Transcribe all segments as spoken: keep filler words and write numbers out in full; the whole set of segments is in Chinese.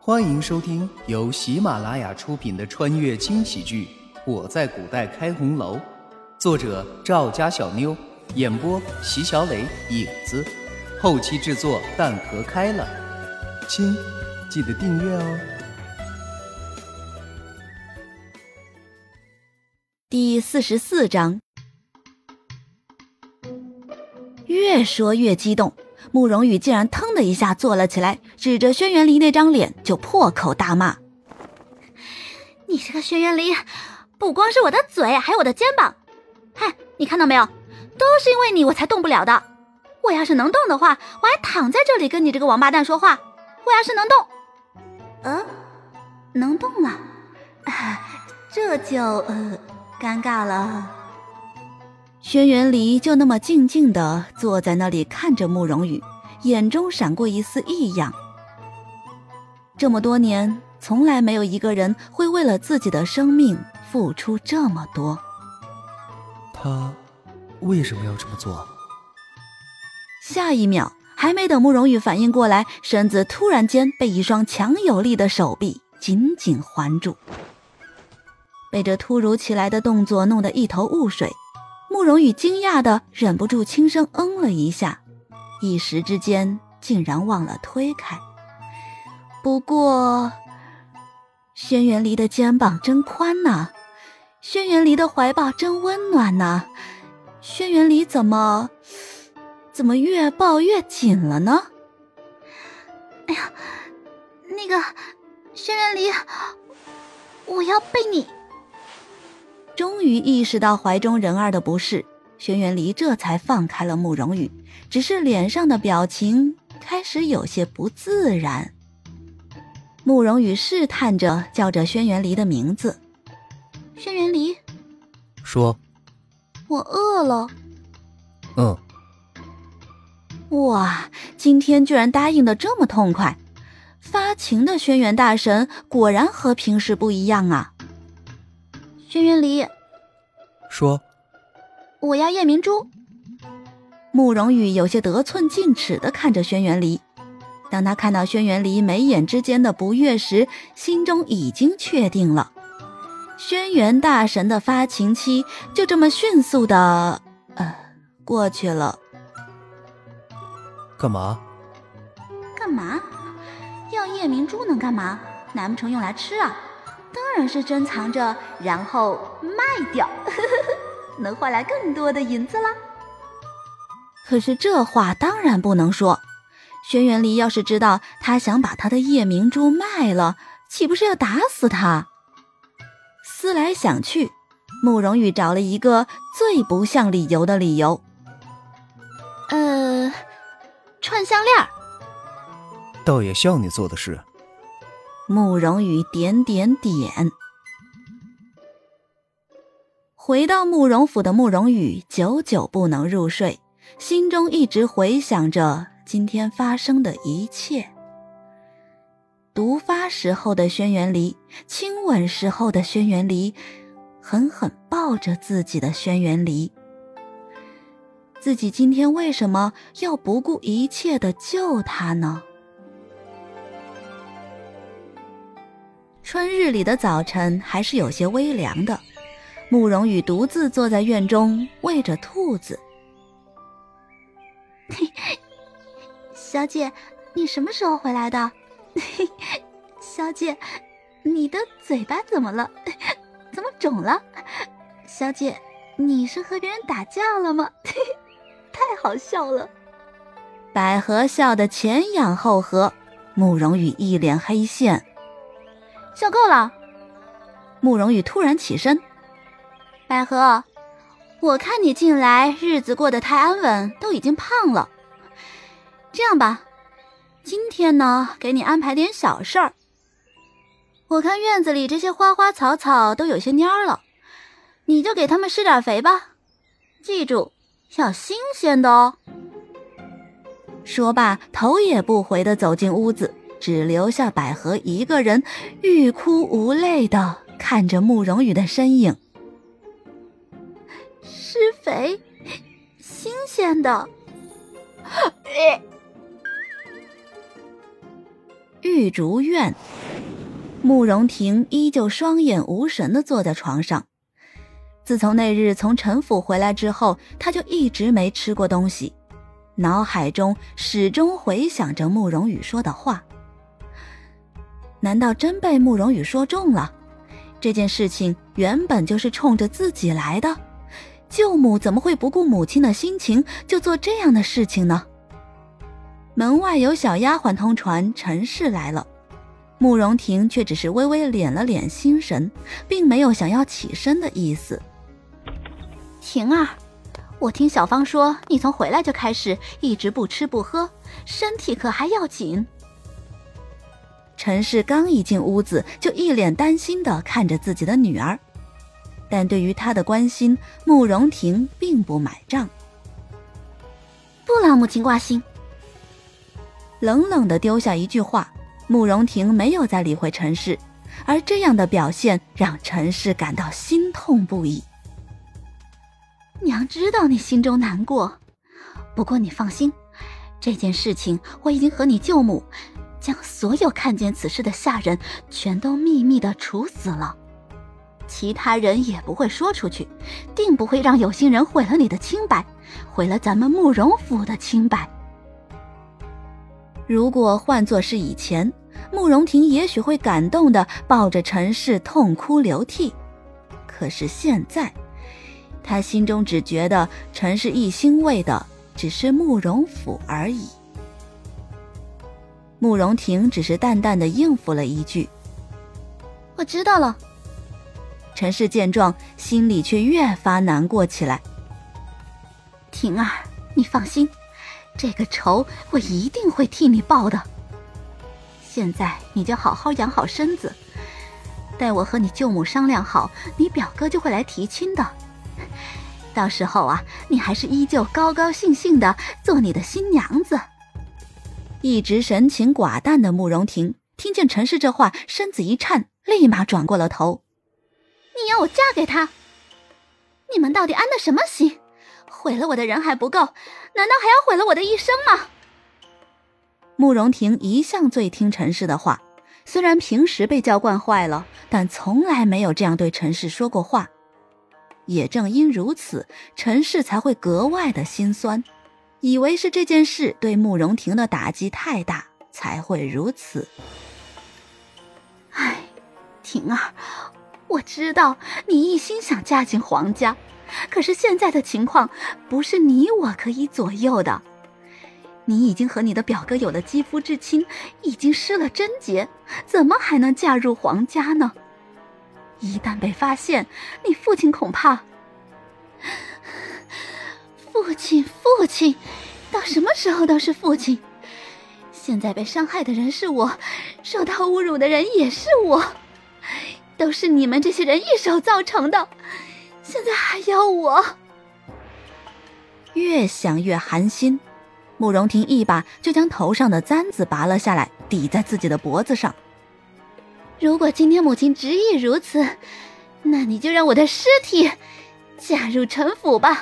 欢迎收听由喜马拉雅出品的穿越轻喜剧《我在古代开红楼》，作者赵家小妞，演播席小磊、影子，后期制作蛋壳开了。亲，记得订阅哦。 第四十四章。越说越激动，慕容羽竟然腾的一下坐了起来，指着轩辕离那张脸就破口大骂： 你这个轩辕离，不光是我的嘴，还有我的肩膀，嗨，你看到没有，都是因为你我才动不了的。我要是能动的话，我还躺在这里跟你这个王八蛋说话。我要是能动，呃，能动了，啊，这就呃尴尬了。 轩辕离就那么静静地坐在那里看着慕容羽，眼中闪过一丝异样。这么多年，从来没有一个人会为了自己的生命付出这么多。 他为什么要这么做？ 下一秒，还没等慕容羽反应过来，身子突然间被一双强有力的手臂紧紧环住。被这突如其来的动作弄得一头雾水，慕容羽惊讶的忍不住轻声嗯了一下，一时之间竟然忘了推开。不过轩辕离的肩膀真宽呐，轩辕离的怀抱真温暖呐，轩辕离怎么怎么越抱越紧了呢？ 哎呀，那个轩辕离，我要被你…… 终于意识到怀中人儿的不适，轩辕离这才放开了慕容羽，只是脸上的表情开始有些不自然。慕容羽试探着叫着轩辕离的名字： 轩辕离。 说： 我饿了。 嗯。 哇，今天居然答应得这么痛快，发情的轩辕大神果然和平时不一样啊。 轩辕离。 说： 我要夜明珠。 慕容羽有些得寸进尺地看着轩辕离，当他看到轩辕离眉眼之间的不悦时，心中已经确定了，轩辕大神的发情期就这么迅速的呃过去了。 干嘛？ 干嘛？要夜明珠能干嘛？难不成用来吃啊？当然是珍藏着，然后卖掉，能换来更多的银子啦。 可是这话当然不能说，轩辕离要是知道他想把他的夜明珠卖了，岂不是要打死他？思来想去，慕容羽找了一个最不像理由的理由。 呃，串项链。 倒也像你做的事。 慕容羽点点点。回到慕容府的慕容羽久久不能入睡，心中一直回想着今天发生的一切。毒发时候的轩辕离，亲吻时候的轩辕离，狠狠抱着自己的轩辕离。自己今天为什么要不顾一切地救他呢？春日里的早晨还是有些微凉的，慕容羽独自坐在院中喂着兔子。 小姐，你什么时候回来的？小姐，你的嘴巴怎么了？怎么肿了？小姐，你是和别人打架了吗？太好笑了。 百合笑得前仰后合，慕容羽一脸黑线。 笑够了。 慕容羽突然起身： 百合，我看你近来日子过得太安稳，都已经胖了。这样吧，今天呢，给你安排点小事儿。我看院子里这些花花草草都有些蔫了，你就给它们施点肥吧。记住，要新鲜的哦。 说罢，头也不回地走进屋子，只留下百合一个人欲哭无泪地看着慕容羽的身影。 施肥，新鲜的。 玉竹院。慕容婷依旧双眼无神地坐在床上。自从那日从陈府回来之后，她就一直没吃过东西，脑海中始终回想着慕容羽说的话。难道真被慕容羽说中了？这件事情原本就是冲着自己来的，舅母怎么会不顾母亲的心情就做这样的事情呢？门外有小丫鬟通传陈氏来了，慕容婷却只是微微敛了敛心神，并没有想要起身的意思。 婷儿，我听小芳说你从回来就开始一直不吃不喝，身体可还要紧。 陈氏刚一进屋子就一脸担心地看着自己的女儿，但对于她的关心，慕容婷并不买账。 不劳母亲挂心。 冷冷地丢下一句话，慕容婷没有再理会陈氏，而这样的表现让陈氏感到心痛不已。 娘知道你心中难过，不过你放心，这件事情我已经和你舅母将所有看见此事的下人全都秘密地处死了，其他人也不会说出去，定不会让有心人毁了你的清白，毁了咱们慕容府的清白。 如果换作是以前，慕容婷也许会感动地抱着陈氏痛哭流涕，可是现在她心中只觉得陈氏一心为的只是慕容府而已。慕容婷只是淡淡地应付了一句： 我知道了。 陈氏见状，心里却越发难过起来。 婷儿，你放心，这个仇我一定会替你报的。现在你就好好养好身子，待我和你舅母商量好，你表哥就会来提亲的。到时候啊，你还是依旧高高兴兴的做你的新娘子。 一直神情寡淡的慕容婷听见陈氏这话，身子一颤，立马转过了头。 你要我嫁给他？你们到底安的什么心？毁了我的人还不够，难道还要毁了我的一生吗？ 慕容婷一向最听陈氏的话，虽然平时被教惯坏了，但从来没有这样对陈氏说过话。也正因如此，陈氏才会格外的心酸，以为是这件事对慕容婷的打击太大，才会如此。 唉，婷儿，我知道你一心想嫁进皇家，可是现在的情况不是你我可以左右的。你已经和你的表哥有了肌肤之亲，已经失了贞洁，怎么还能嫁入皇家呢？一旦被发现，你父亲恐怕……父亲，父亲，到什么时候都是父亲？现在被伤害的人是我，受到侮辱的人也是我，都是你们这些人一手造成的，现在还要我…… 越想越寒心，慕容婷一把就将头上的簪子拔了下来，抵在自己的脖子上。 如果今天母亲执意如此，那你就让我的尸体嫁入陈府吧。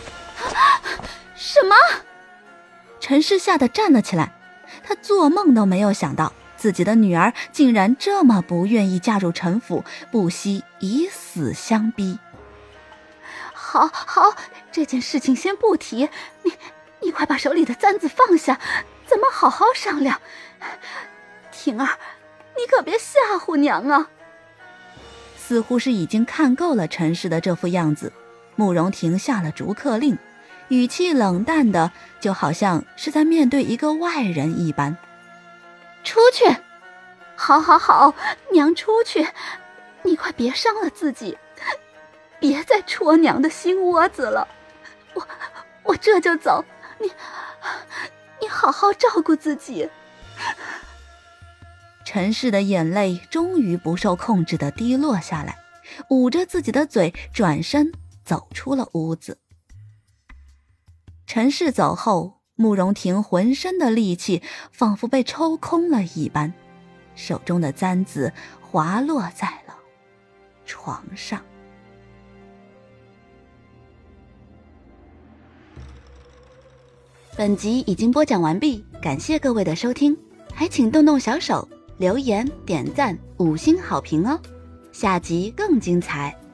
什么？ 陈氏吓得站了起来，她做梦都没有想到自己的女儿竟然这么不愿意嫁入陈府，不惜以死相逼。 好好，这件事情先不提，你你快把手里的簪子放下，咱们好好商量。婷儿，你可别吓唬娘啊！ 似乎是已经看够了陈氏的这副样子，慕容婷下了逐客令，语气冷淡的，就好像是在面对一个外人一般。 出去！好好好，娘出去！你快别伤了自己，别再戳娘的心窝子了。我我这就走，你你好好照顾自己。 陈氏的眼泪终于不受控制地滴落下来，捂着自己的嘴，转身走出了屋子。陈氏走后，慕容婷浑身的力气仿佛被抽空了一般，手中的簪子滑落在了床上。本集已经播讲完毕，感谢各位的收听。 还请动动小手，留言、点赞、五星好评哦！下集更精彩。